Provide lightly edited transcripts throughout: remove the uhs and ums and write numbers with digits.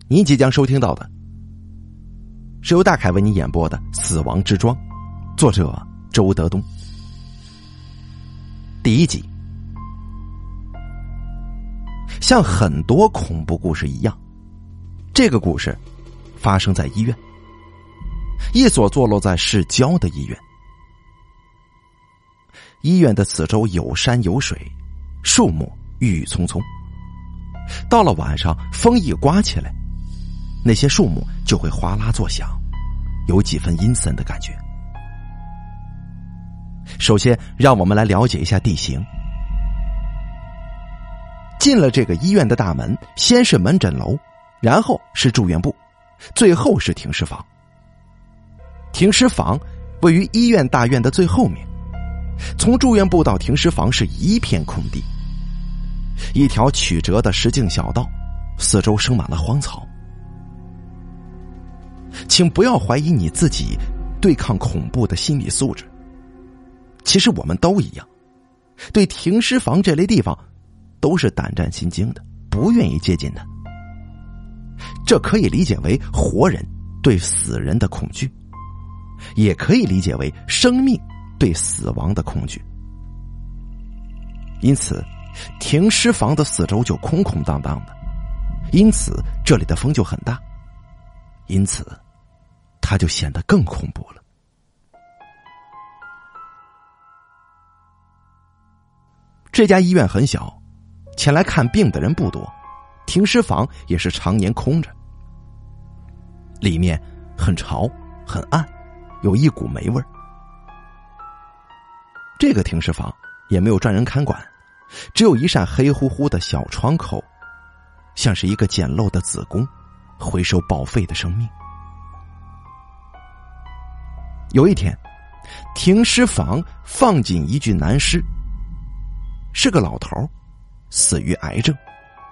您即将收听到的是由大凯为您演播的《死亡之庄》，作者周德东。第一集。像很多恐怖故事一样，这个故事发生在医院，一所坐落在市郊的医院。医院的四周有山有水，树木郁郁葱葱。到了晚上，风一刮起来，那些树木就会哗啦作响，有几分阴森的感觉。首先，让我们来了解一下地形。进了这个医院的大门，先是门诊楼，然后是住院部，最后是停尸房。停尸房位于医院大院的最后面，从住院部到停尸房是一片空地，一条曲折的石径小道，四周生满了荒草。请不要怀疑你自己对抗恐怖的心理素质，其实我们都一样，对停尸房这类地方都是胆战心惊的，不愿意接近的。这可以理解为活人对死人的恐惧，也可以理解为生命对死亡的恐惧。因此停尸房的四周就空空荡荡的，因此这里的风就很大，因此它就显得更恐怖了。这家医院很小，前来看病的人不多，停尸房也是常年空着。里面很潮很暗，有一股霉味儿。这个停尸房也没有专人看管，只有一扇黑乎乎的小窗口，像是一个简陋的子宫，回收报废的生命。有一天，停尸房放进一具男尸，是个老头，死于癌症。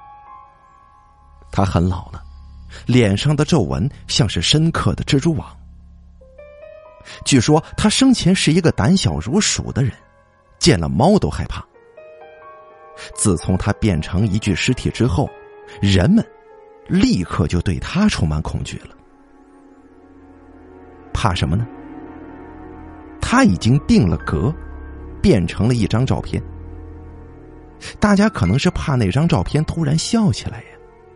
他很老了，脸上的皱纹像是深刻的蜘蛛网。据说他生前是一个胆小如鼠的人，见了猫都害怕。自从他变成一具尸体之后，人们立刻就对他充满恐惧了。怕什么呢？他已经定了格，变成了一张照片。大家可能是怕那张照片突然笑起来呀。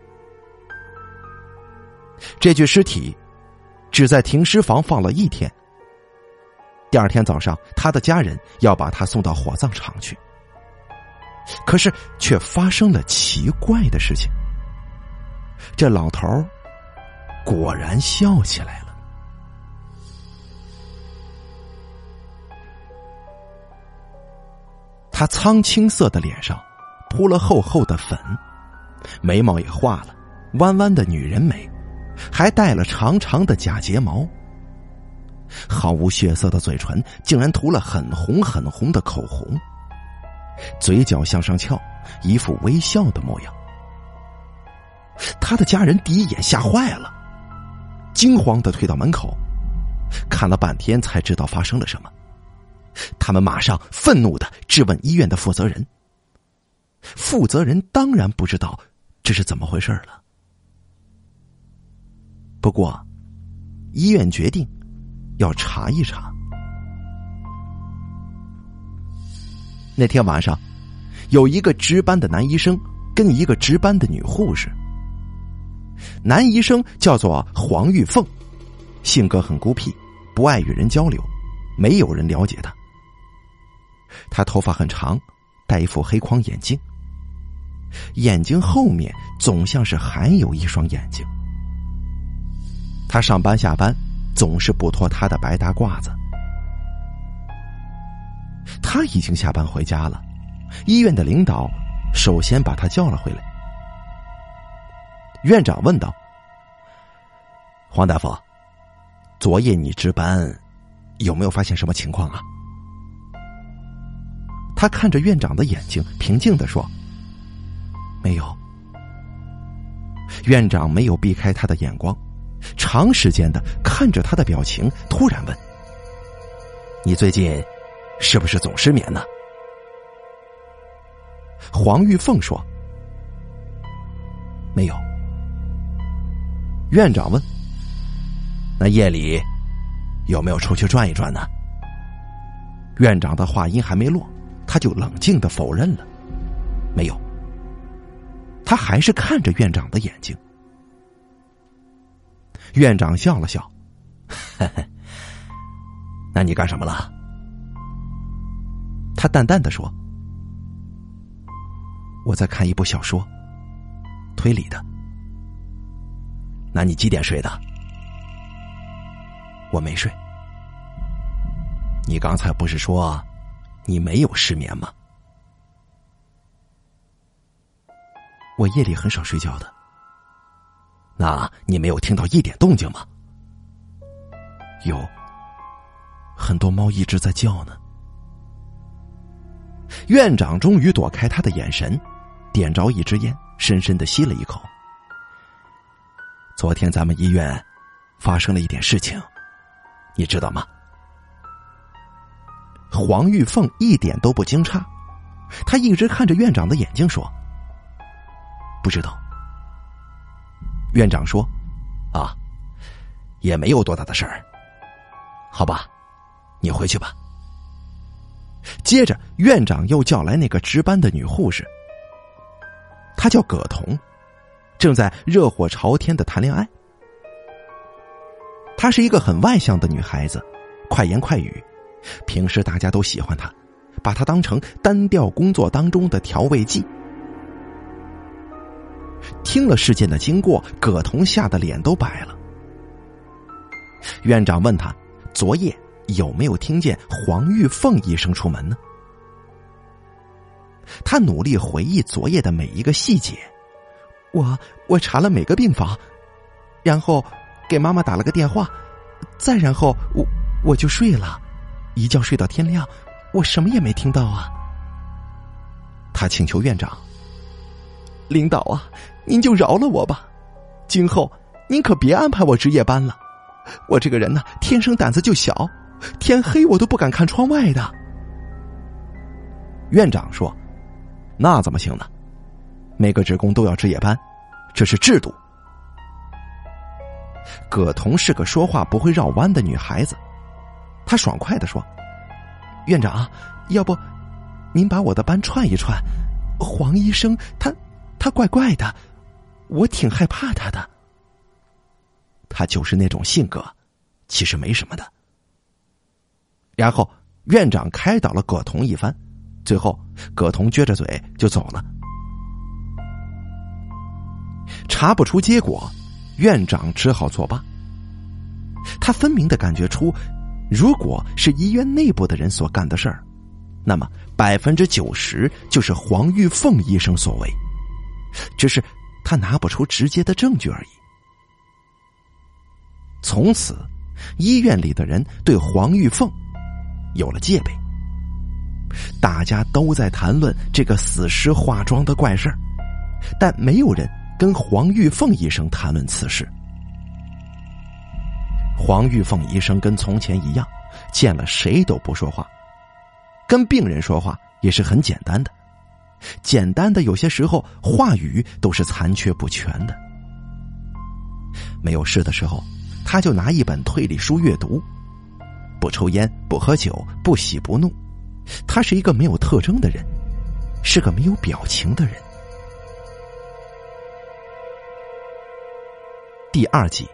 这具尸体只在停尸房放了一天，第二天早上，他的家人要把他送到火葬场去。可是却发生了奇怪的事情，这老头果然笑起来了。他苍青色的脸上铺了厚厚的粉，眉毛也画了弯弯的女人眉，还戴了长长的假睫毛，毫无血色的嘴唇竟然涂了很红很红的口红，嘴角向上翘，一副微笑的模样。他的家人第一眼吓坏了，惊慌地退到门口，看了半天才知道发生了什么。他们马上愤怒地质问医院的负责人，负责人当然不知道这是怎么回事了。不过医院决定要查一查。那天晚上，有一个值班的男医生跟一个值班的女护士。男医生叫做黄玉凤，性格很孤僻，不爱与人交流，没有人了解他。他头发很长，戴一副黑框眼镜，眼睛后面总像是还有一双眼睛。他上班下班总是不脱他的白大褂子。他已经下班回家了，医院的领导首先把他叫了回来。院长问道：黄大夫，昨夜你值班有没有发现什么情况啊？他看着院长的眼睛，平静地说：没有。院长没有避开他的眼光，长时间的看着他的表情，突然问：你最近是不是总失眠呢？黄玉凤说：没有。 院长问：“那夜里有没有出去转一转呢？”院长的话音还没落，他就冷静地否认了：“没有。”他还是看着院长的眼睛。院长笑了笑：“呵呵，那你干什么了？”他淡淡地说：“我在看一部小说，推理的。”“那你几点睡的？”“我没睡。”“你刚才不是说你没有失眠吗？”“我夜里很少睡觉的。”“那你没有听到一点动静吗？”“有，很多猫一直在叫呢。”院长终于躲开他的眼神，点着一支烟，深深地吸了一口。“昨天咱们医院发生了一点事情，你知道吗？”黄玉凤一点都不惊诧，她一直看着院长的眼睛说：“不知道。”院长说：“啊，也没有多大的事儿。好吧，你回去吧。”接着院长又叫来那个值班的女护士，她叫葛彤，正在热火朝天的谈恋爱。她是一个很外向的女孩子，快言快语，平时大家都喜欢她，把她当成单调工作当中的调味剂。听了事件的经过，葛彤吓得脸都白了。院长问他昨夜有没有听见黄玉凤医生出门呢？他努力回忆昨夜的每一个细节。我查了每个病房，然后给妈妈打了个电话，再然后我就睡了，一觉睡到天亮，我什么也没听到啊。他请求院长：“领导啊，您就饶了我吧，今后您可别安排我值夜班了。我这个人呢，天生胆子就小，天黑我都不敢看窗外的。”院长说：“那怎么行呢？每个职工都要值夜班，这是制度。”葛彤是个说话不会绕弯的女孩子，她爽快地说：“院长，要不您把我的班串一串？黄医生他怪怪的，我挺害怕他的。”他就是那种性格，其实没什么的。然后院长开导了葛彤一番，最后葛彤撅着嘴就走了。查不出结果，院长只好作罢。他分明地感觉出，如果是医院内部的人所干的事儿，那么90%就是黄玉凤医生所为，只是他拿不出直接的证据而已。从此，医院里的人对黄玉凤有了戒备，大家都在谈论这个死尸化妆的怪事儿，但没有人跟黄玉凤医生谈论此事。黄玉凤医生跟从前一样，见了谁都不说话，跟病人说话也是很简单的，简单的有些时候话语都是残缺不全的。没有事的时候，他就拿一本推理书阅读，不抽烟，不喝酒，不喜不怒。他是一个没有特征的人，是个没有表情的人。第2集，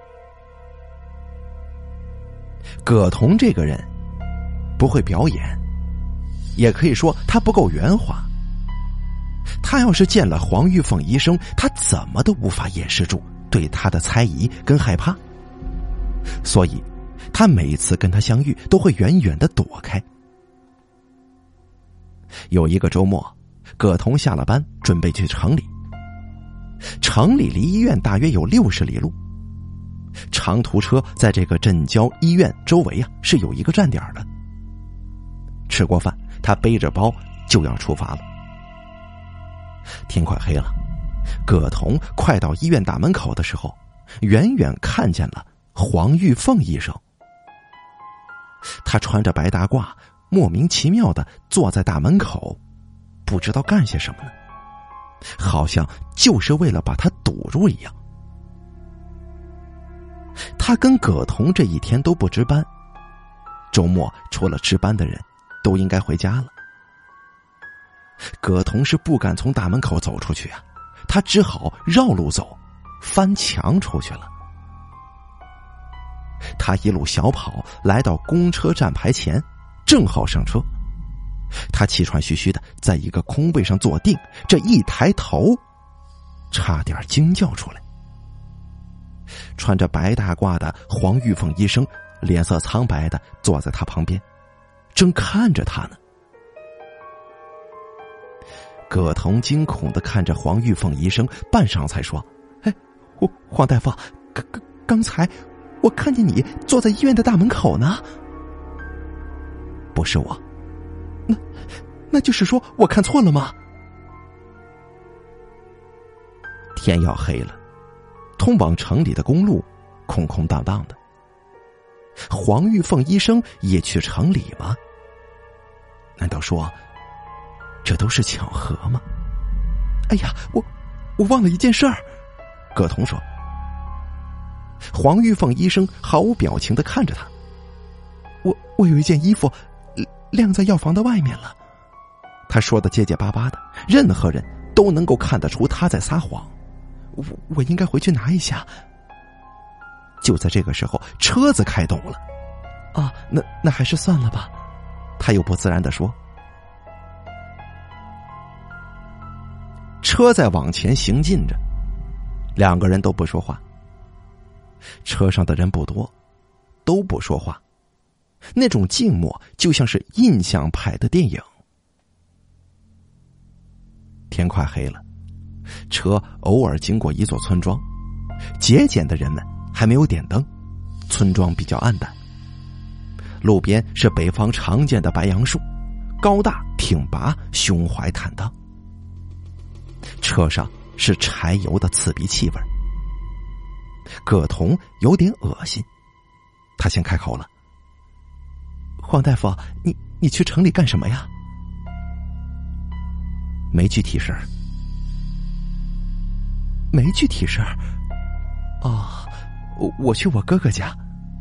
葛彤这个人不会表演，也可以说他不够圆滑。他要是见了黄玉凤医生，他怎么都无法掩饰住对他的猜疑跟害怕，所以他每次跟他相遇都会远远地躲开。有一个周末，葛彤下了班准备去城里，城里离医院大约有60里路，长途车在这个镇郊医院周围是有一个站点的。吃过饭，他背着包就要出发了。天快黑了，葛彤快到医院大门口的时候，远远看见了黄玉凤医生。他穿着白大褂，莫名其妙地坐在大门口，不知道干些什么呢，好像就是为了把他堵住一样。 他跟葛彤这一天都不值班，周末除了值班的人都应该回家了。葛彤是不敢从大门口走出去啊，他只好绕路走，翻墙出去了。他一路小跑来到公车站牌前，正好上车。他气喘吁吁的在一个空位上坐定，这一抬头差点惊叫出来。穿着白大褂的黄玉凤医生脸色苍白的坐在他旁边，正看着他呢。葛彤惊恐的看着黄玉凤医生，半晌才说：“哎，黄大夫，刚才我看见你坐在医院的大门口呢。”“不是我。”“那就是说我看错了吗？”天要黑了，通往城里的公路空空荡荡的。黄玉凤医生也去城里吗？难道说这都是巧合吗？哎呀，我忘了一件事儿。葛彤说。黄玉凤医生毫无表情地看着他。我有一件衣服晾在药房的外面了。他说的结结巴巴的，任何人都能够看得出他在撒谎。我应该回去拿一下。就在这个时候，车子开动了。啊，那还是算了吧。他又不自然地说。车在往前行进着，两个人都不说话。车上的人不多，都不说话，那种静默就像是印象派的电影。天快黑了，车偶尔经过一座村庄，节俭的人们还没有点灯，村庄比较暗淡。路边是北方常见的白杨树，高大挺拔，胸怀坦荡。车上是柴油的刺鼻气味。葛彤有点恶心，他先开口了：“黄大夫，你去城里干什么呀？”没具体事儿。没具体事儿？哦，我去我哥哥家。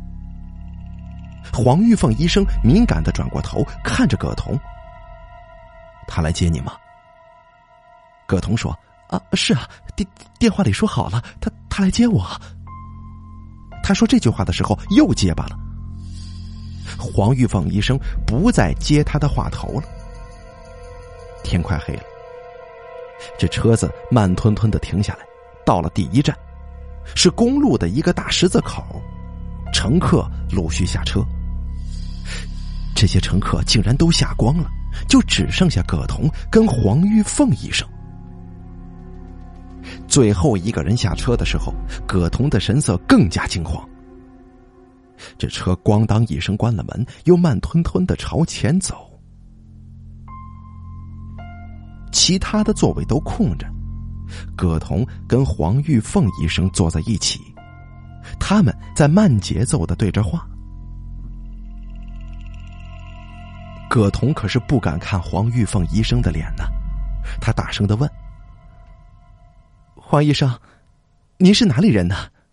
黄玉凤医生敏感地转过头看着葛彤：“他来接你吗？”葛彤说：“啊，是啊，电话里说好了，他来接我。”他说这句话的时候又结巴了。黄玉凤医生不再接他的话头了。天快黑了，这车子慢吞吞地停下来，到了第一站，是公路的一个大十字口，乘客陆续下车。这些乘客竟然都下光了，就只剩下葛彤跟黄玉凤医生。最后一个人下车的时候，葛彤的神色更加惊慌。这车咣当一声关了门，又慢吞吞地朝前走。其他的座位都空着，葛彤跟黄玉凤医生坐在一起，他们在慢节奏地对着话。葛彤可是不敢看黄玉凤医生的脸呢，他大声地问：“黄医生，您是哪里人呢？”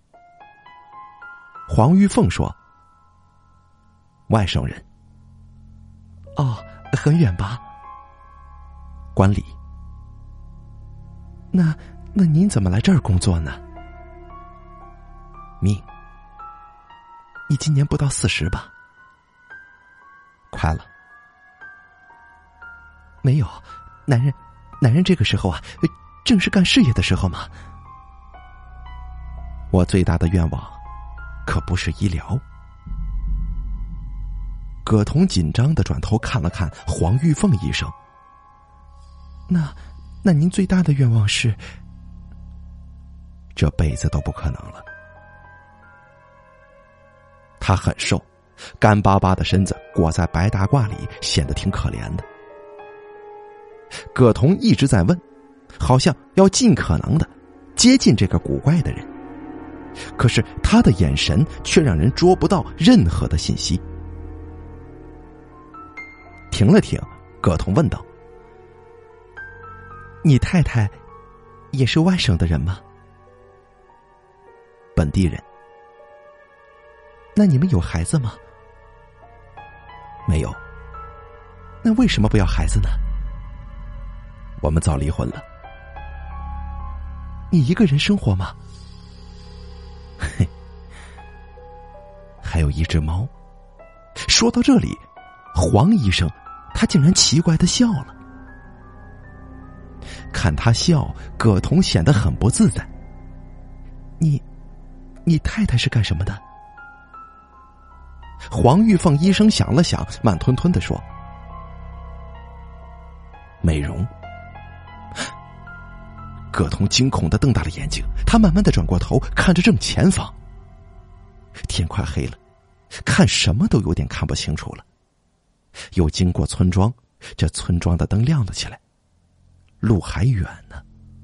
黄玉凤说：“外省人。”“哦，很远吧？”“关里。”“那您怎么来这儿工作呢？”“命。”“你今年不到40吧？”“快了。”“没有，男人这个时候啊，正是干事业的时候嘛。”“我最大的愿望可不是医疗。”葛彤紧张地转头看了看黄玉凤医生。“那您最大的愿望是？”“这辈子都不可能了。”他很瘦，干巴巴的身子裹在白大褂里，显得挺可怜的。葛彤一直在问，好像要尽可能的接近这个古怪的人，可是他的眼神却让人捉不到任何的信息。停了停，葛彤问道：“你太太也是外省的人吗？”“本地人。” 那你们有孩子吗？没有。那为什么不要孩子呢？我们早离婚了。你一个人生活吗？嘿，还有一只猫。说到这里，黄医生他竟然奇怪地笑了。看他笑，葛彤显得很不自在。你太太是干什么的？黄玉凤医生想了想，慢吞吞地说：美容。葛彤惊恐地瞪大了眼睛，他慢慢地转过头，看着正前方。天快黑了，看什么都有点看不清楚了。又经过村庄，这村庄的灯亮了起来，路还远呢。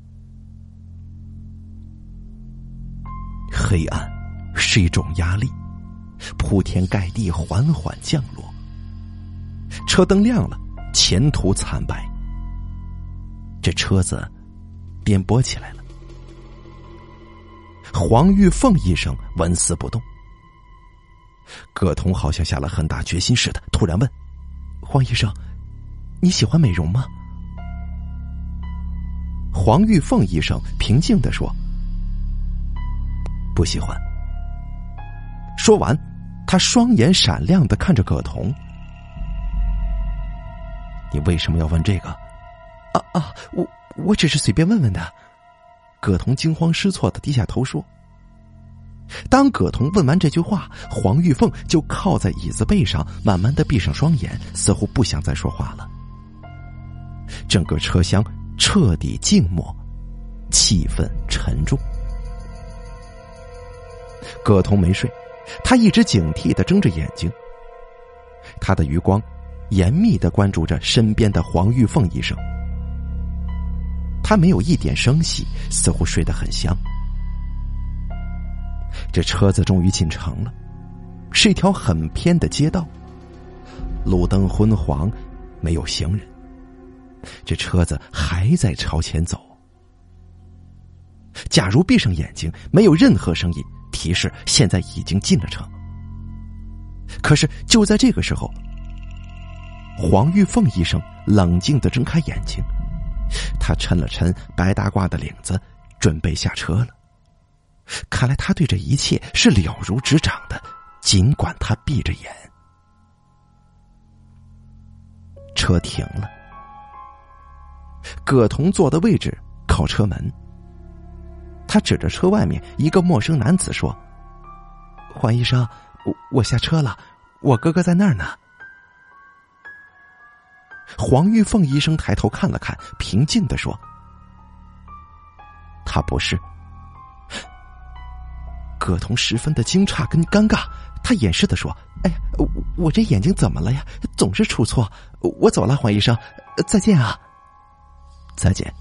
黑暗是一种压力，铺天盖地，缓缓降落。车灯亮了，前途惨白。这车子颠簸起来了。黄玉凤医生纹丝不动。葛彤好像下了很大决心似的，突然问：黄医生，你喜欢美容吗？黄玉凤医生平静地说：不喜欢。说完，他双眼闪亮地看着葛彤：你为什么要问这个？我只是随便问问的。葛彤惊慌失措地低下头说。当葛彤问完这句话，黄玉凤就靠在椅子背上，慢慢地闭上双眼，似乎不想再说话了。整个车厢彻底静默，气氛沉重。葛彤没睡，他一直警惕地睁着眼睛，他的余光严密地关注着身边的黄玉凤医生。他没有一点声息，似乎睡得很香。这车子终于进城了，是一条很偏的街道，路灯昏黄，没有行人。这车子还在朝前走。假如闭上眼睛，没有任何声音提示现在已经进了城。可是就在这个时候，黄玉凤医生冷静地睁开眼睛，他抻了抻白大褂的领子，准备下车了。看来他对这一切是了如指掌的，尽管他闭着眼。车停了，葛彤坐的位置靠车门。他指着车外面一个陌生男子说：黄医生，我下车了，我哥哥在那儿呢。黄玉凤医生抬头看了看，平静地说：他不是。葛彤十分的惊诧跟尴尬，他掩饰地说：哎呀，我这眼睛怎么了呀？总是出错。我走了，黄医生，再见啊。再见。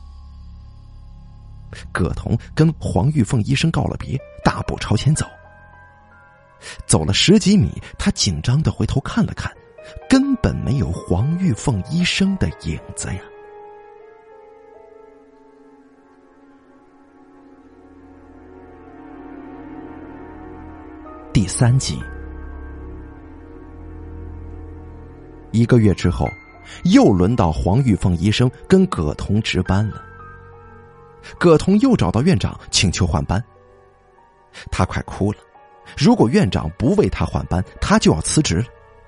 葛彤跟黄玉凤医生告了别，大步朝前走。走了10几米，他紧张地回头看了看，根本没有黄玉凤医生的影子呀。第3集。1个月之后，又轮到黄玉凤医生跟葛彤值班了。葛彤又找到院长请求换班，他快哭了。如果院长不为他换班，他就要辞职了。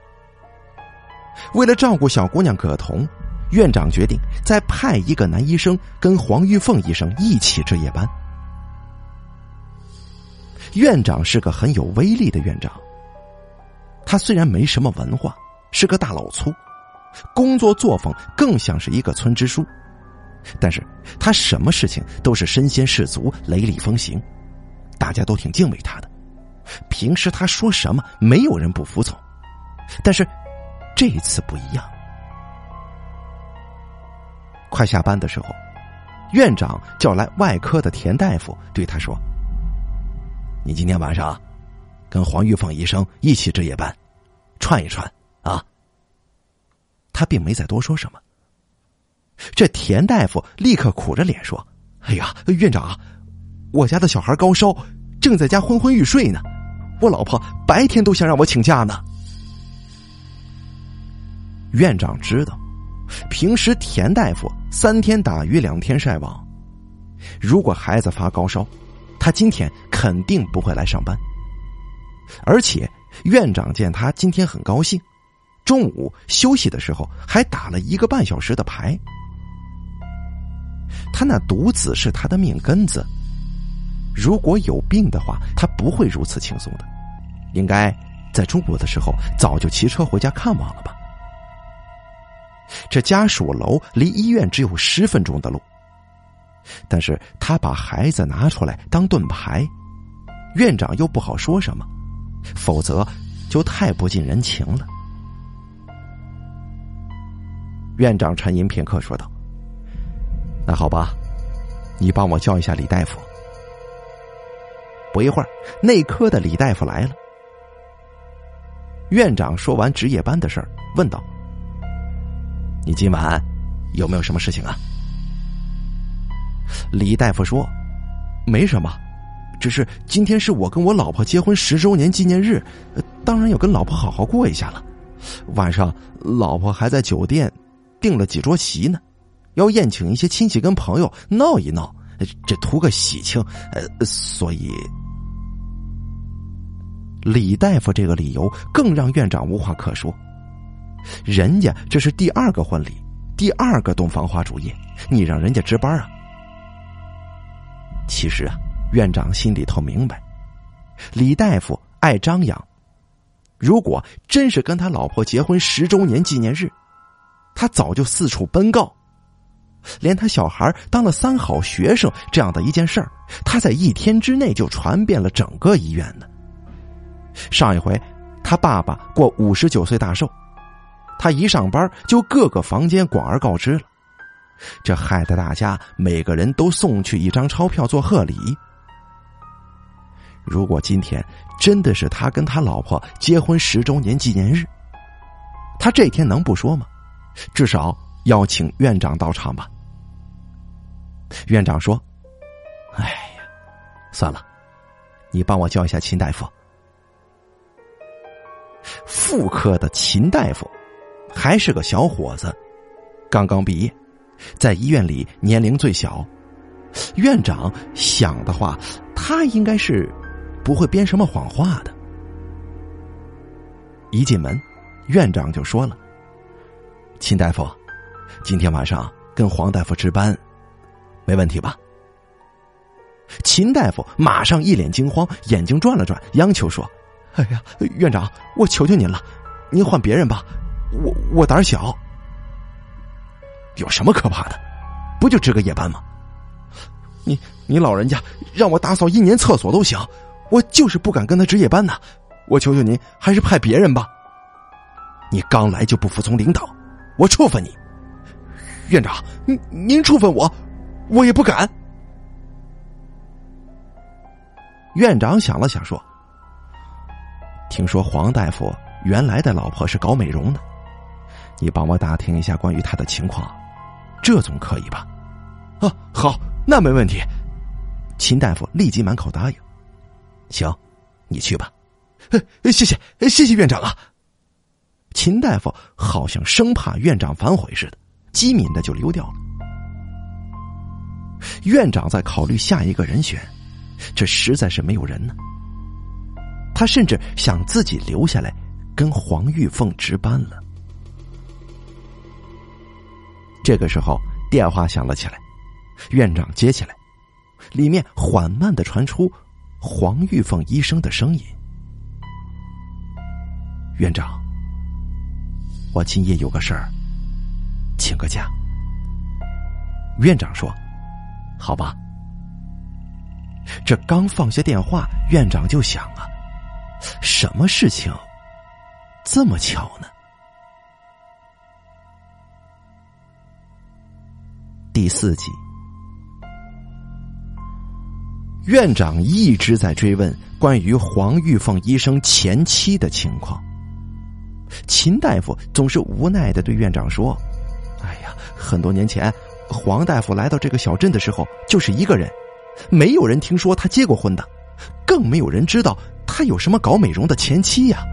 为了照顾小姑娘葛彤，院长决定再派一个男医生跟黄玉凤医生一起值夜班。院长是个很有威力的院长，他虽然没什么文化，是个大老粗，工作作风更像是一个村支书，但是他什么事情都是身先士卒，雷厉风行，大家都挺敬畏他的。平时他说什么没有人不服从，但是这一次不一样。快下班的时候，院长叫来外科的田大夫，对他说：你今天晚上跟黄玉凤医生一起值夜班，串一串啊。他并没再多说什么。这田大夫立刻苦着脸说：哎呀，院长，我家的小孩高烧，正在家昏昏欲睡呢， 我老婆白天都想让我请假呢。院长知道，平时田大夫3天打鱼2天晒网，如果孩子发高烧，他今天肯定不会来上班。而且院长见他今天很高兴，中午休息的时候还打了1个半小时的牌。他那独子是他的命根子，如果有病的话，他不会如此轻松的，应该在中午的时候早就骑车回家看望了吧。这家属楼离医院只有10分钟的路，但是他把孩子拿出来当盾牌，院长又不好说什么，否则就太不近人情了。院长沉吟片刻说道：那好吧，你帮我叫一下李大夫。不一会儿，内科的李大夫来了。院长说完值夜班的事儿，问道：你今晚有没有什么事情啊？李大夫说：没什么，只是今天是我跟我老婆结婚10周年纪念日，当然要跟老婆好好过一下了。晚上老婆还在酒店订了几桌席呢，要宴请一些亲戚跟朋友闹一闹，这图个喜庆，所以李大夫这个理由更让院长无话可说。人家这是第2个婚礼，第2个洞房花烛夜，你让人家值班啊？其实啊，院长心里头明白，李大夫爱张扬，如果真是跟他老婆结婚10周年纪念日，他早就四处奔告，连他小孩当了3好学生这样的一件事儿，他在1天之内就传遍了整个医院呢。上一回他爸爸过59岁大寿，他一上班就各个房间广而告之了，这害得大家每个人都送去1张钞票做贺礼。如果今天真的是他跟他老婆结婚10周年纪念日，他这天能不说吗？至少邀请院长到场吧。院长说：哎呀，算了，你帮我叫一下秦大夫。妇科的秦大夫还是个小伙子，刚刚毕业，在医院里年龄最小。院长想的话，他应该是不会编什么谎话的。一进门，院长就说了：秦大夫，今天晚上跟黄大夫值班，没问题吧？秦大夫马上一脸惊慌，眼睛转了转，央求说：哎呀，院长，我求求您了，您换别人吧，我胆小。有什么可怕的？不就值个夜班吗？你老人家让我打扫1年厕所都行，我就是不敢跟他值夜班呢。我求求您，还是派别人吧。你刚来就不服从领导，我处分你。院长，您处分我也不敢。院长想了想说：听说黄大夫原来的老婆是搞美容的，你帮我打听一下关于他的情况，这总可以吧？啊，好，那没问题。秦大夫立即满口答应。行，你去吧。谢谢院长啊。秦大夫好像生怕院长反悔似的，机敏的就溜掉了。院长在考虑下一个人选，这实在是没有人呢。他甚至想自己留下来跟黄玉凤值班了。这个时候电话响了起来，院长接起来，里面缓慢地传出黄玉凤医生的声音：院长，我今夜有个事儿，请个假。院长说：好吧。这刚放下电话，院长就想啊，什么事情这么巧呢？第4集，院长一直在追问关于黄玉凤医生前妻的情况。秦大夫总是无奈地对院长说：哎呀，很多年前黄大夫来到这个小镇的时候就是一个人，没有人听说他结过婚的，更没有人知道他有什么搞美容的前妻呀？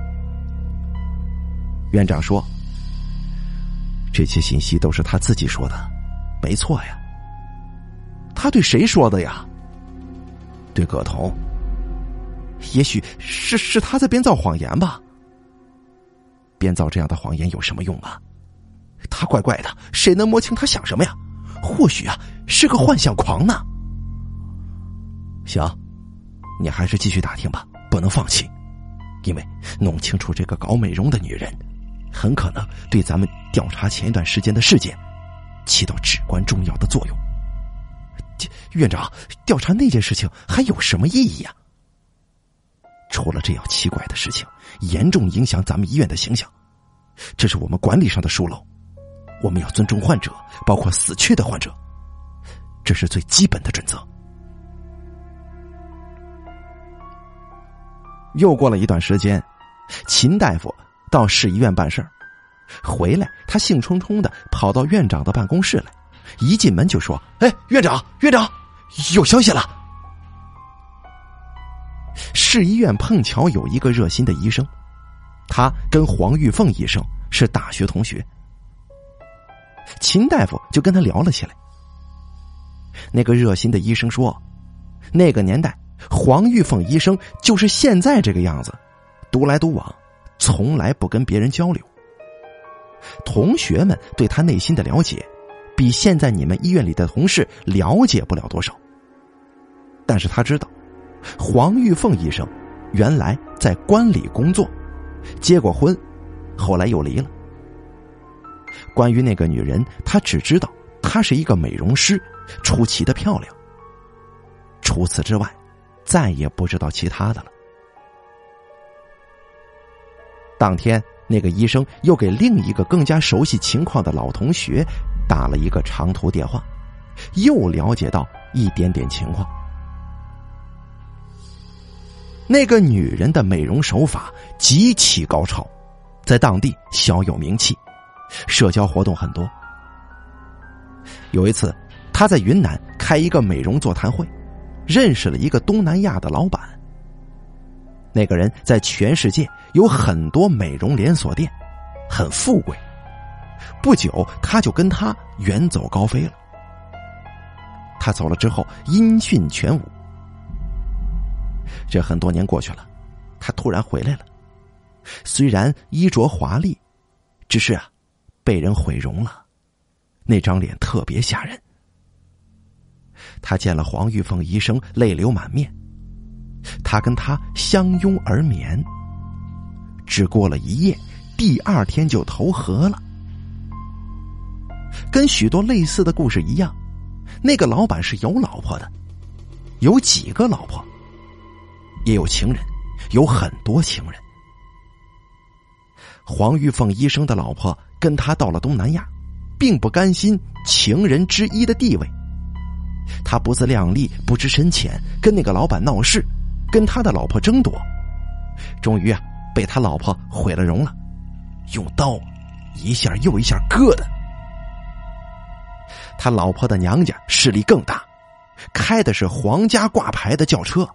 院长说，这些信息都是他自己说的，没错呀。他对谁说的呀？对葛彤。也许是他在编造谎言吧。编造这样的谎言有什么用啊？他怪怪的，谁能摸清他想什么呀？或许啊，是个幻想狂呢。行，你还是继续打听吧，不能放弃，因为弄清楚这个搞美容的女人，很可能对咱们调查前一段时间的事件起到至关重要的作用。院长，调查那件事情还有什么意义啊？出了这样奇怪的事情，严重影响咱们医院的形象，这是我们管理上的疏漏。我们要尊重患者，包括死去的患者，这是最基本的准则。又过了一段时间，秦大夫到市医院办事儿，回来他兴冲冲的跑到院长的办公室来，一进门就说：“哎，院长，有消息了！”市医院碰巧有一个热心的医生，他跟黄玉凤医生是大学同学。秦大夫就跟他聊了起来。那个热心的医生说，那个年代黄玉凤医生就是现在这个样子，独来独往，从来不跟别人交流。同学们对他内心的了解比现在你们医院里的同事了解不了多少。但是他知道黄玉凤医生原来在关里工作，结过婚，后来又离了。关于那个女人，他只知道她是一个美容师，出奇的漂亮。除此之外，再也不知道其他的了。当天，那个医生又给另一个更加熟悉情况的老同学打了一个长途电话，又了解到一点点情况。那个女人的美容手法极其高超，在当地小有名气，社交活动很多。有一次，她在云南开一个美容座谈会，认识了一个东南亚的老板。那个人在全世界有很多美容连锁店，很富贵。不久，他就跟他远走高飞了。他走了之后，音讯全无。这很多年过去了，他突然回来了。虽然衣着华丽，只是啊，被人毁容了。那张脸特别吓人。他见了黄玉凤医生，泪流满面。他跟他相拥而眠，只过了一夜，第二天就投河了。跟许多类似的故事一样，那个老板是有老婆的，有几个老婆，也有情人，有很多情人。黄玉凤医生的老婆跟他到了东南亚，并不甘心情人之一的地位，他不自量力，不知深浅，跟那个老板闹事，跟他的老婆争夺，终于啊，被他老婆毁了容了，用刀一下又一下割的。他老婆的娘家势力更大，开的是皇家挂牌的轿车。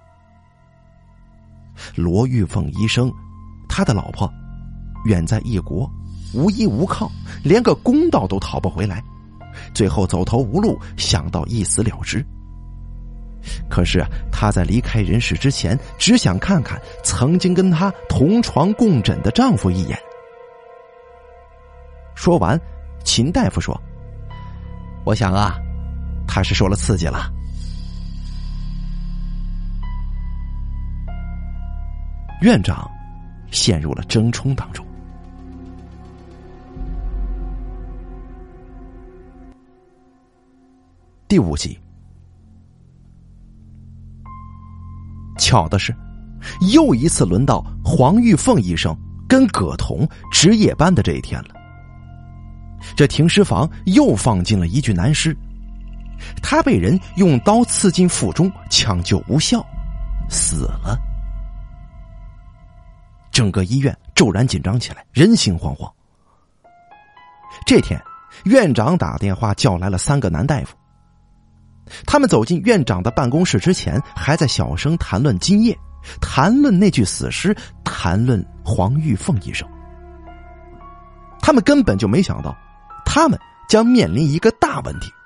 罗玉凤医生，他的老婆远在异国，无依无靠，连个公道都讨不回来，最后走投无路，想到一死了之。可是啊，他在离开人世之前，只想看看曾经跟他同床共枕的丈夫一眼。说完，秦大夫说：“我想啊，他是受了刺激了。”院长陷入了争冲当中。第5集，巧的是，又一次轮到黄玉凤医生跟葛彤值夜班的这一天了。这停尸房又放进了一具男尸，他被人用刀刺进腹中，抢救无效，死了。整个医院骤然紧张起来，人心惶惶。这天，院长打电话叫来了3个男大夫。他们走进院长的办公室之前，还在小声谈论今夜谈论那具死尸，谈论黄玉凤医生。他们根本就没想到，他们将面临一个大问题。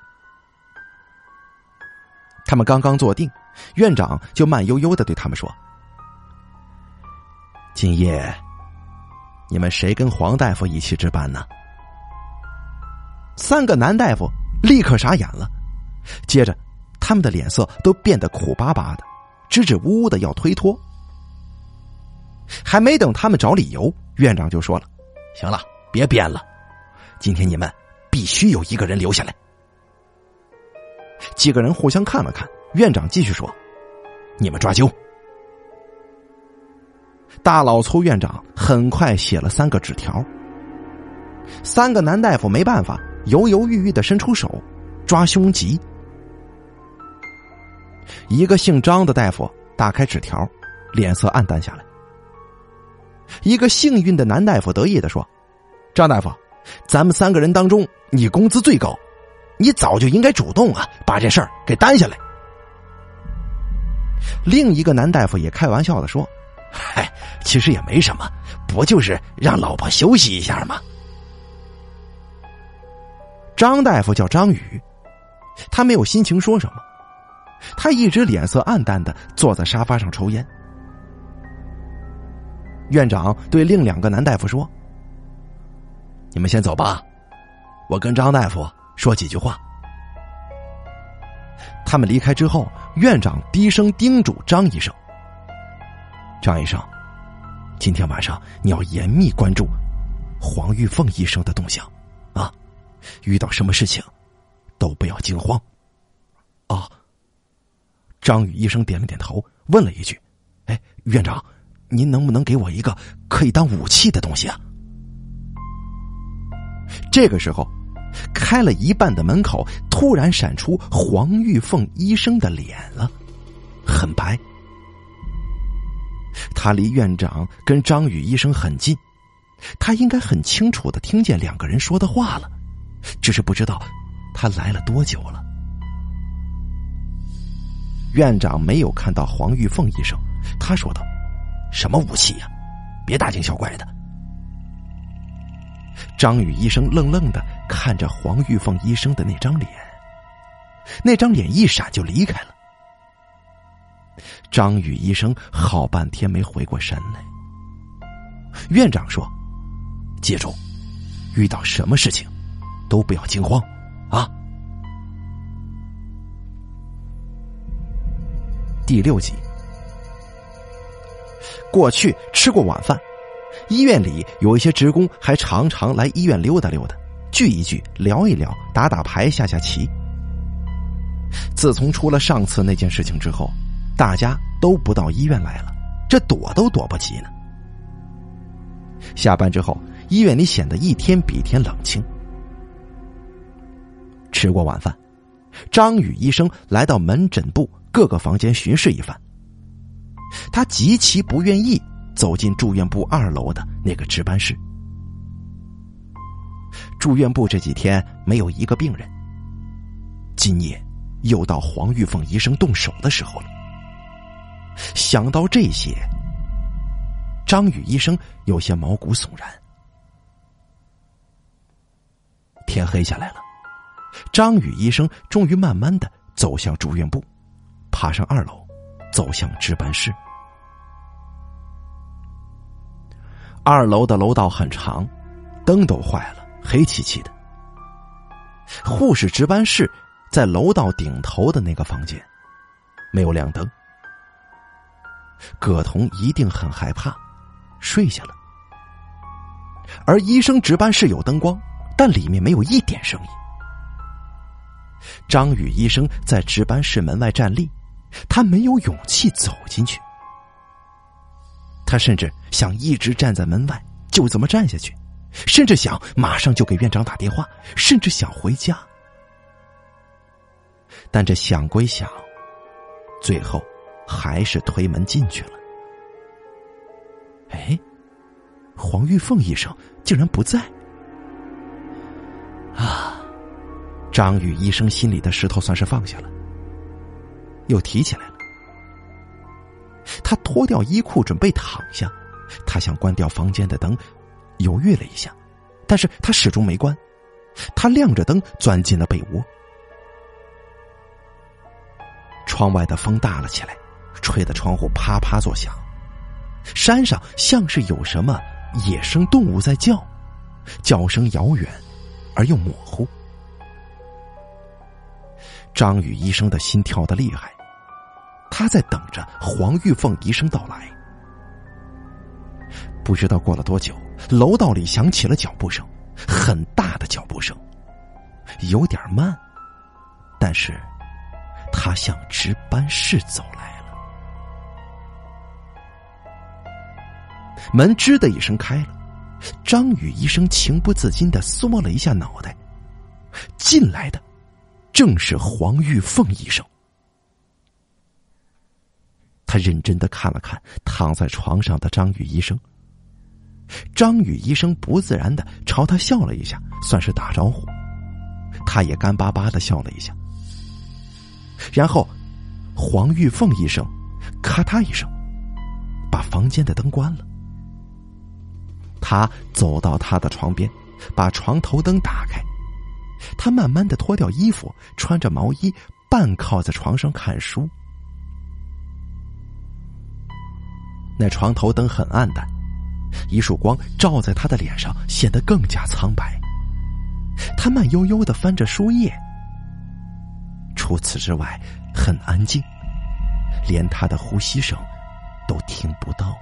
他们刚刚坐定，院长就慢悠悠地对他们说：“今夜你们谁跟黄大夫一起值班呢？”三个男大夫立刻傻眼了，接着他们的脸色都变得苦巴巴的，支支吾吾的要推脱。还没等他们找理由，院长就说了：“行了，别编了，今天你们必须有一个人留下来。”几个人互相看了看，院长继续说：“你们抓阄。”大老粗院长很快写了3个纸条。三个男大夫没办法，犹犹豫豫的伸出手抓凶吉。一个姓张的大夫打开纸条，脸色暗淡下来。一个幸运的男大夫得意地说：“张大夫，咱们3个人当中你工资最高，你早就应该主动把这事儿给担下来。”另一个男大夫也开玩笑地说：“嗨，其实也没什么，不就是让老婆休息一下吗？”张大夫叫张宇，他没有心情说什么，他一直脸色暗淡的坐在沙发上抽烟。院长对另2个男大夫说：“你们先走吧，我跟张大夫说几句话。”他们离开之后，院长低声叮嘱张医生：“张医生，今天晚上你要严密关注黄玉凤医生的动向啊，遇到什么事情都不要惊慌。”啊，张宇医生点了点头，问了一句：“哎，院长，您能不能给我一个可以当武器的东西啊？”这个时候，开了一半的门口突然闪出黄玉凤医生的脸了，很白。他离院长跟张宇医生很近，他应该很清楚地听见2个人说的话了，只是不知道他来了多久了。院长没有看到黄玉凤医生，他说道：“什么武器呀？别大惊小怪的。”张宇医生愣愣地看着黄玉凤医生的那张脸，那张脸一闪就离开了。张宇医生好半天没回过神来。院长说：“记住，遇到什么事情都不要惊慌啊。”第6集。过去吃过晚饭，医院里有一些职工还常常来医院溜达溜达，聚一聚，聊一聊，打打牌，下下棋。自从出了上次那件事情之后，大家都不到医院来了，这躲都躲不及呢。下班之后，医院里显得一天比一天冷清。吃过晚饭，张宇医生来到门诊部各个房间巡视一番。他极其不愿意走进住院部2楼的那个值班室。住院部这几天没有一个病人，今夜又到黄玉凤医生动手的时候了。想到这些，张宇医生有些毛骨悚然。天黑下来了，张宇医生终于慢慢的走向住院部，爬上2楼，走向值班室。2楼的楼道很长，灯都坏了，黑漆漆的。护士值班室在楼道顶头的那个房间，没有亮灯。葛彤一定很害怕，睡下了。而医生值班室有灯光，但里面没有一点声音。张宇医生在值班室门外站立，他没有勇气走进去。他甚至想一直站在门外，就这么站下去，甚至想马上就给院长打电话，甚至想回家。但这想归想，最后还是推门进去了。哎，黄玉凤医生竟然不在啊！张宇医生心里的石头算是放下了，又提起来了。 他脱掉衣裤准备躺下，他想关掉房间的灯，犹豫了一下，但是他始终没关。他亮着灯钻进了被窝。窗外的风大了起来，吹得窗户啪啪作响。山上像是有什么野生动物在叫，叫声遥远而又模糊。张宇医生的心跳得厉害，他在等着黄玉凤医生到来。不知道过了多久，楼道里响起了脚步声，很大的脚步声，有点慢，但是他向值班室走来了。门吱的一声开了，张宇医生情不自禁地缩了一下脑袋。进来的正是黄玉凤医生。他认真地看了看躺在床上的张宇医生。张宇医生不自然地朝他笑了一下，算是打招呼。他也干巴巴地笑了一下。然后黄玉凤医生咔嗒一声把房间的灯关了。他走到他的床边，把床头灯打开。他慢慢地脱掉衣服，穿着毛衣，半靠在床上看书。那床头灯很暗淡，一束光照在他的脸上，显得更加苍白。他慢悠悠地翻着书页，除此之外很安静，连他的呼吸声都听不到。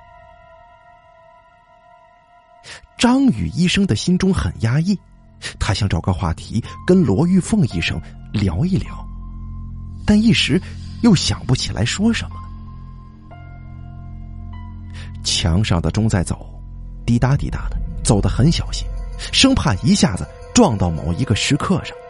张宇医生的心中很压抑，他想找个话题跟罗玉凤医生聊一聊，但一时又想不起来说什么。墙上的钟在走，滴答滴答的，走得很小心，生怕一下子撞到某一个时刻上。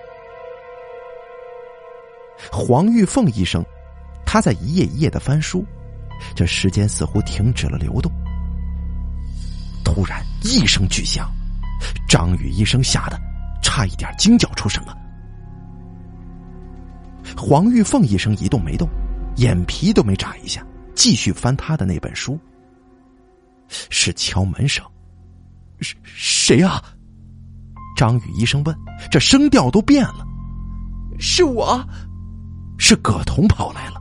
黄玉凤医生他在一页一页的翻书，这时间似乎停止了流动。突然一声巨响，张宇医生吓得差一点惊叫出声了。黄玉凤医生一动没动，眼皮都没眨一下，继续翻他的那本书。是敲门声。谁啊？张宇医生问，这声调都变了。是我。是葛彤跑来了。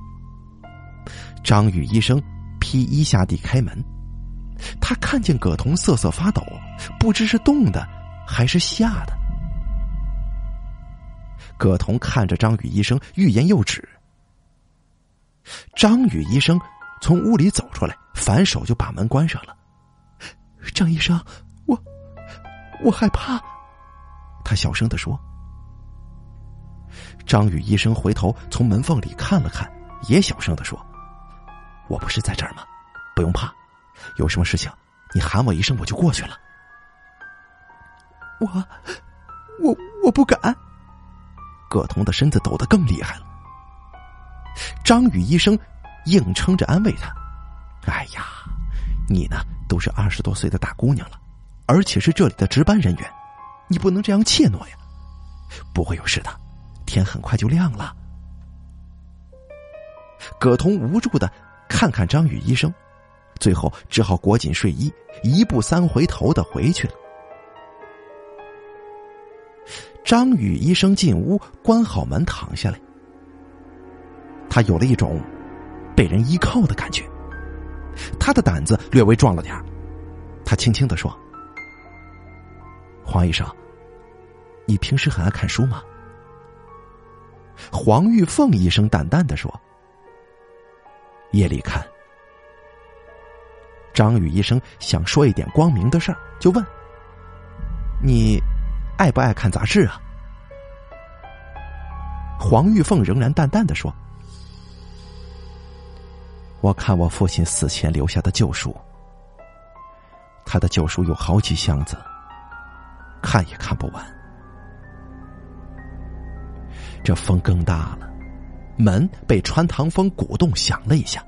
张宇医生披衣下地开门，他看见葛彤瑟瑟发抖，不知是冻的还是吓的。葛彤看着张宇医生，欲言又止。张宇医生从屋里走出来，反手就把门关上了。张医生，我害怕，他小声地说。张宇医生回头从门缝里看了看，也小声地说：我不是在这儿吗？不用怕，有什么事情你喊我一声我就过去了。我不敢。葛彤的身子抖得更厉害了。张宇医生硬撑着安慰他：哎呀，你呢都是20多岁的大姑娘了，而且是这里的值班人员，你不能这样怯懦呀。不会有事的，天很快就亮了。葛彤无助的看看张宇医生，最后只好裹紧睡衣，一步三回头的回去了。张宇医生进屋，关好门，躺下来。他有了一种被人依靠的感觉，他的胆子略微壮了点。他轻轻地说：黄医生，你平时很爱看书吗？黄玉凤医生淡淡地说：夜里看。张宇医生想说一点光明的事儿，就问：你爱不爱看杂志啊？黄玉凤仍然淡淡地说：我看我父亲死前留下的旧书，他的旧书有好几箱子，看也看不完。这风更大了，门被穿堂风鼓动响了一下。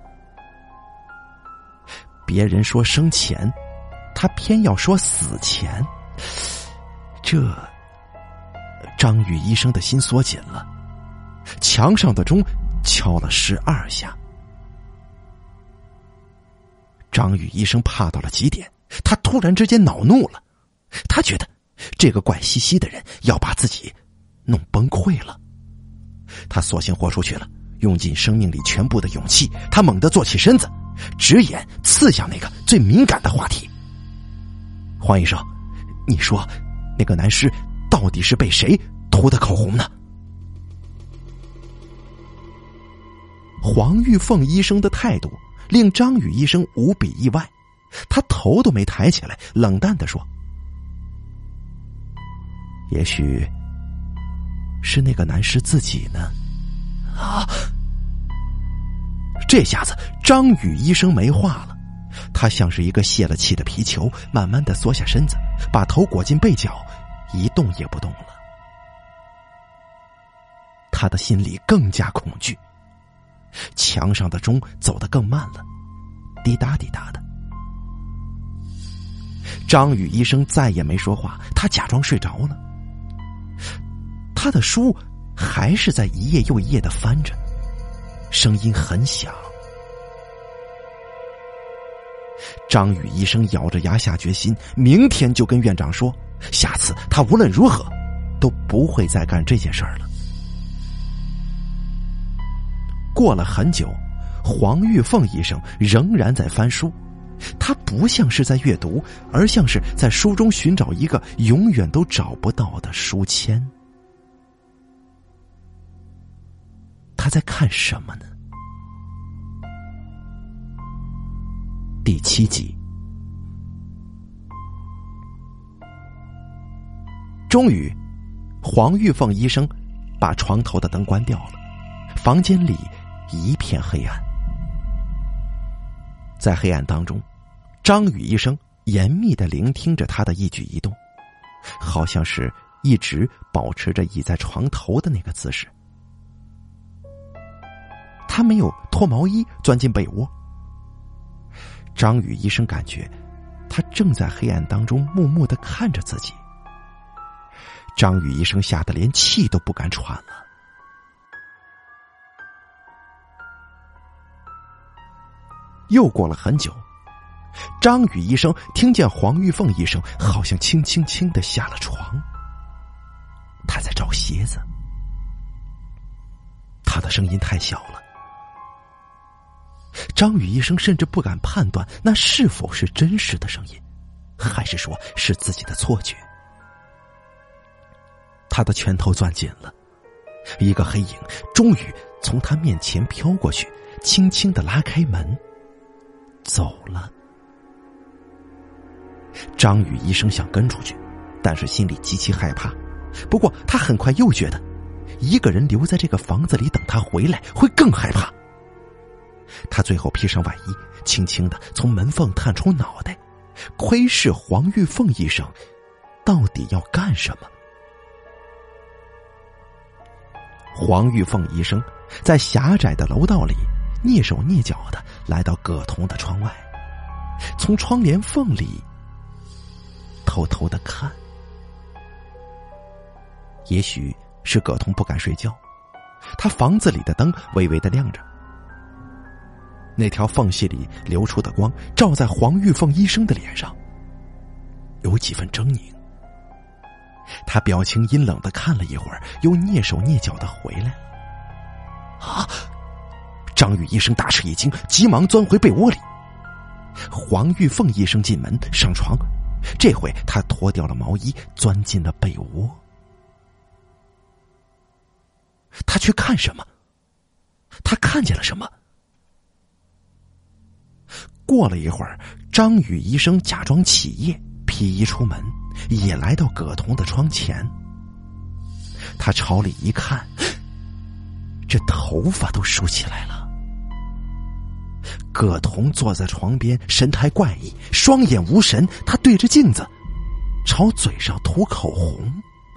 别人说生前，他偏要说死前，这张宇医生的心缩紧了。墙上的钟敲了12下。 张宇医生怕到了极点，他突然之间恼怒了，他觉得这个怪兮兮的人要把自己弄崩溃了。他索性豁出去了，用尽生命里全部的勇气，他猛地坐起身子，直眼刺向那个最敏感的话题。黄医生，你说那个男尸到底是被谁涂的口红呢？黄玉凤医生的态度令张宇医生无比意外，他头都没抬起来，冷淡地说：也许是那个男尸自己呢。啊！这下子张宇医生没话了，他像是一个泄了气的皮球，慢慢地缩下身子，把头裹进被角，一动也不动了。他的心里更加恐惧，墙上的钟走得更慢了，滴答滴答的。张宇医生再也没说话，他假装睡着了。他的书还是在一页又一页的翻着，声音很响。张宇医生咬着牙下决心，明天就跟院长说，下次他无论如何都不会再干这件事儿了。过了很久，黄玉凤医生仍然在翻书，他不像是在阅读，而像是在书中寻找一个永远都找不到的书签。他在看什么呢？第7集。终于，黄玉凤医生把床头的灯关掉了，房间里一片黑暗。在黑暗当中，张宇医生严密地聆听着他的一举一动，好像是一直保持着倚在床头的那个姿势。他没有脱毛衣钻进被窝。张宇医生感觉他正在黑暗当中默默地看着自己。张宇医生吓得连气都不敢喘了。又过了很久，张宇医生听见黄玉凤医生好像轻轻轻地下了床，他在找鞋子。他的声音太小了，张宇医生甚至不敢判断那是否是真实的声音，还是说是自己的错觉。他的拳头攥紧了，一个黑影终于从他面前飘过去，轻轻地拉开门走了。张宇医生想跟出去，但是心里极其害怕。不过他很快又觉得一个人留在这个房子里等他回来会更害怕。他最后披上外衣，轻轻地从门缝探出脑袋，窥视黄玉凤医生到底要干什么。黄玉凤医生在狭窄的楼道里蹑手蹑脚地来到葛彤的窗外，从窗帘缝里偷偷地看。也许是葛彤不敢睡觉，他房子里的灯微微地亮着，那条缝隙里流出的光照在黄玉凤医生的脸上，有几分狰狞。他表情阴冷地看了一会儿，又蹑手蹑脚地回来了。啊！张宇医生大吃一惊，急忙钻回被窝里。黄玉凤医生进门上床，这回他脱掉了毛衣，钻进了被窝。他去看什么？他看见了什么？过了一会儿，张宇医生假装起夜，披衣出门，也来到葛彤的窗前。他朝里一看，这头发都梳起来了。葛彤坐在床边，神态怪异，双眼无神，他对着镜子朝嘴上涂口红。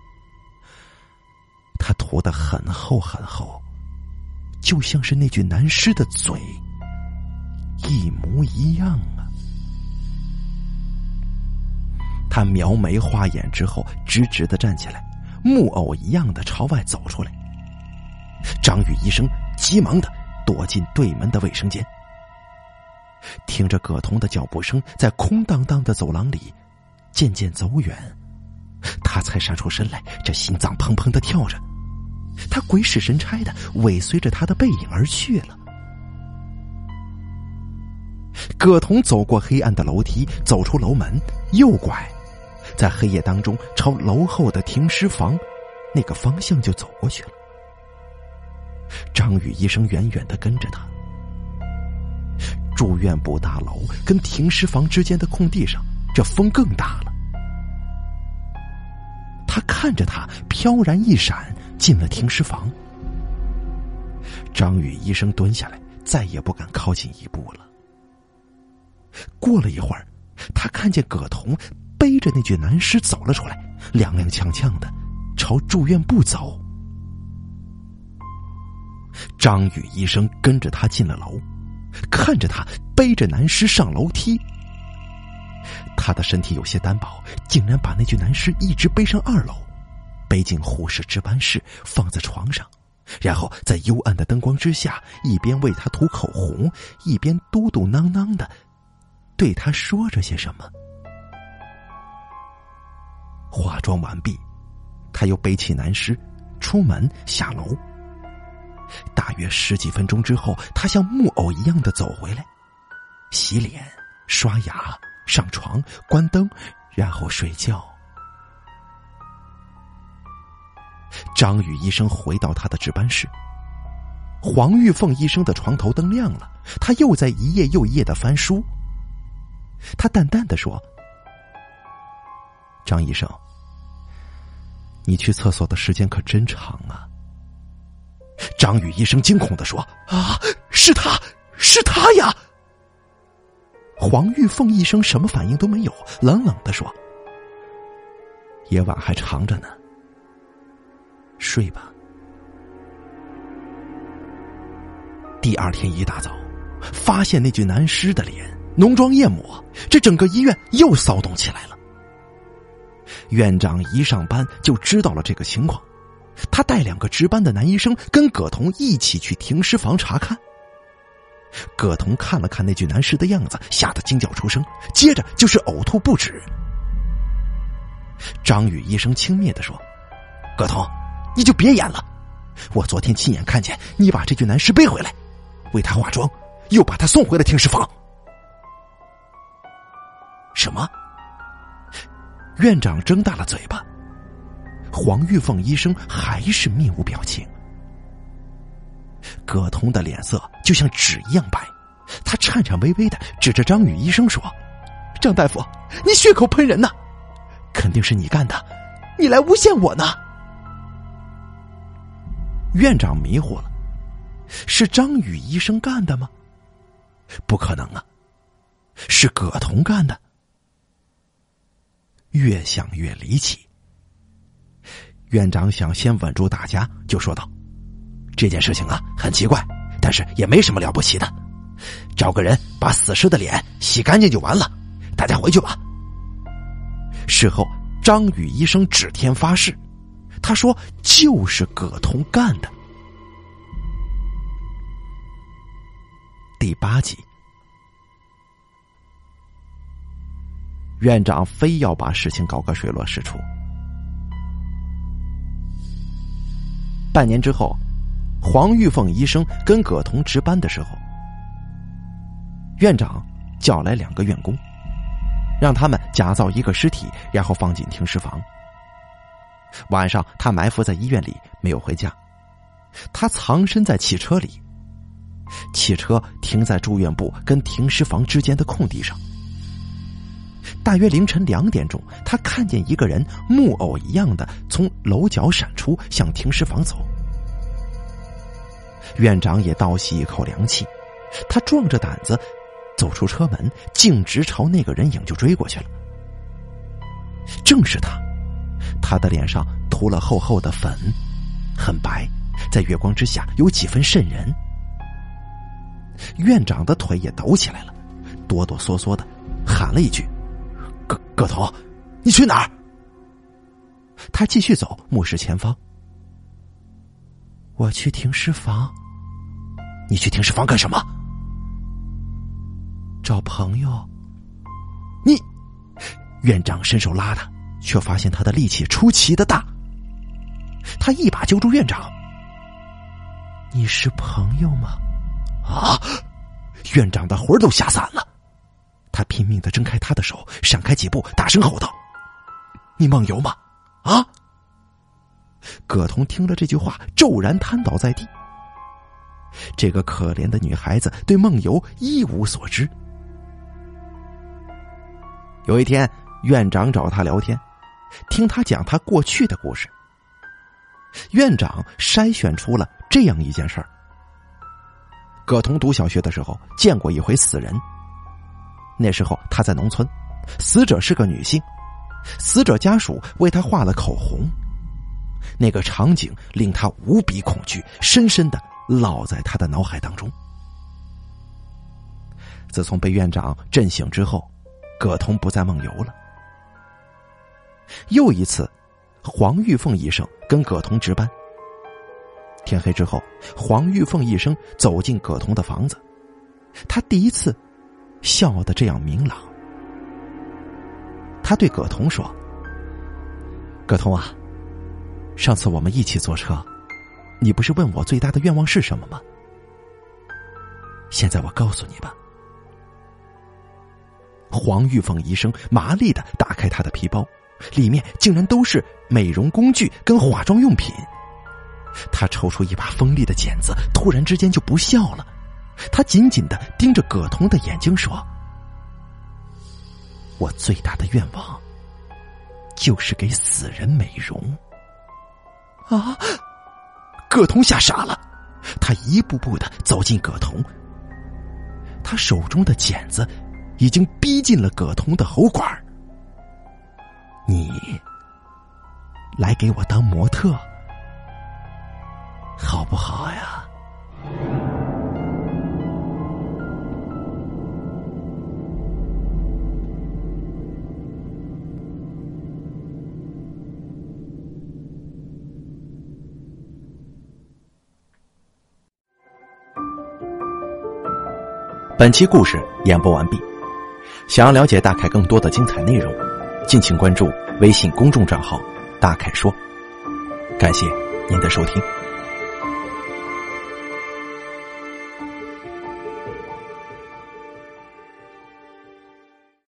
他涂得很厚很厚，就像是那具男尸的嘴一模一样啊。他描眉画眼之后，直直地站起来，木偶一样的朝外走出来。张宇医生急忙地躲进对门的卫生间。 听着葛彤的脚步声在空荡荡的走廊里渐渐走远，他才闪出身来，这心脏砰砰的跳着。他鬼使神差的尾随着他的背影而去了。葛彤走过黑暗的楼梯，走出楼门，右拐，在黑夜当中朝楼后的停尸房那个方向就走过去了。张宇医生远远地跟着他。住院部大楼跟停尸房之间的空地上，这风更大了。他看着他飘然一闪进了停尸房。张宇医生蹲下来，再也不敢靠近一步了。过了一会儿，他看见葛彤背着那具男尸走了出来，踉踉跄跄的朝住院部走。张宇医生跟着他进了楼，看着他背着男尸上楼梯。他的身体有些单薄，竟然把那具男尸一直背上2楼，背进护士值班室，放在床上，然后在幽暗的灯光之下，一边为他涂口红，一边嘟嘟囔囔的对他说着些什么。化妆完毕，他又背起男尸出门下楼。大约10几分钟之后，他像木偶一样的走回来，洗脸、刷牙、上床、关灯，然后睡觉。张宇医生回到他的值班室，黄玉凤医生的床头灯亮了，他又在一页又一页的翻书。他淡淡的说：“张医生，你去厕所的时间可真长啊。”张宇医生惊恐地说：“啊，是他呀！”黄玉凤医生什么反应都没有，冷冷地说：“夜晚还长着呢，睡吧。”第二天一大早，发现那具男尸的脸浓妆艳抹，这整个医院又骚动起来了。院长一上班就知道了这个情况，他带2个值班的男医生跟葛彤一起去停尸房查看。葛彤看了看那具男尸的样子，吓得惊叫出声，接着就是呕吐不止。张宇医生轻蔑地说：“葛彤，你就别演了，我昨天亲眼看见你把这具男尸背回来，为他化妆，又把他送回了停尸房。”什么？院长睁大了嘴巴。黄玉凤医生还是面无表情。葛彤的脸色就像纸一样白，他颤颤巍巍的指着张宇医生说：“张大夫，你血口喷人呐！肯定是你干的，你来诬陷我呢！”院长迷糊了，是张宇医生干的吗？不可能啊，是葛彤干的。越想越离奇。院长想先稳住大家，就说道：“这件事情啊，很奇怪，但是也没什么了不起的，找个人把死尸的脸洗干净就完了，大家回去吧。”事后，张宇医生指天发誓，他说就是葛彤干的。第8集，院长非要把事情搞个水落石出。半年之后，黄玉凤医生跟葛彤值班的时候，院长叫来2个员工，让他们假造一个尸体，然后放进停尸房。晚上他埋伏在医院里，没有回家，他藏身在汽车里，汽车停在住院部跟停尸房之间的空地上。大约凌晨2点钟，他看见一个人木偶一样的从楼角闪出，向停尸房走。院长也倒吸一口凉气，他壮着胆子走出车门，径直朝那个人影就追过去了。正是他，他的脸上涂了厚厚的粉，很白，在月光之下有几分瘆人。院长的腿也抖起来了，哆哆嗦嗦的喊了一句：“葛彤，你去哪儿？”他继续走，目视前方。“我去停尸房。”“你去停尸房干什么？” 找朋友？你……院长伸手拉他，却发现他的力气出奇的大。他一把揪住院长：“你是朋友吗？”啊！院长的魂都吓散了，他拼命地挣开他的手，闪开几步，大声吼道：“你梦游吗？啊！”葛彤听了这句话，骤然瘫倒在地。这个可怜的女孩子对梦游一无所知。有一天，院长找他聊天，听他讲他过去的故事。院长筛选出了这样一件事儿：葛彤读小学的时候见过一回死人。那时候他在农村，死者是个女性，死者家属为她画了口红。那个场景令他无比恐惧，深深地烙在他的脑海当中。自从被院长震醒之后，葛彤不再梦游了。又一次，黄玉凤医生跟葛彤值班。天黑之后，黄玉凤医生走进葛彤的房子，他第一次笑得这样明朗。他对葛彤说：“葛彤啊，上次我们一起坐车，你不是问我最大的愿望是什么吗？现在我告诉你吧。”黄玉凤医生麻利地打开他的皮包，里面竟然都是美容工具跟化妆用品。他抽出一把锋利的剪子，突然之间就不笑了。他紧紧地盯着葛彤的眼睛说：“我最大的愿望就是给死人美容。”啊！葛彤吓傻了，他一步步地走近葛彤，他手中的剪子已经逼近了葛彤的喉管。“你来给我当模特好不好呀？”本期故事演播完毕。想要了解大凯更多的精彩内容，敬请关注微信公众账号大凯说。感谢您的收听。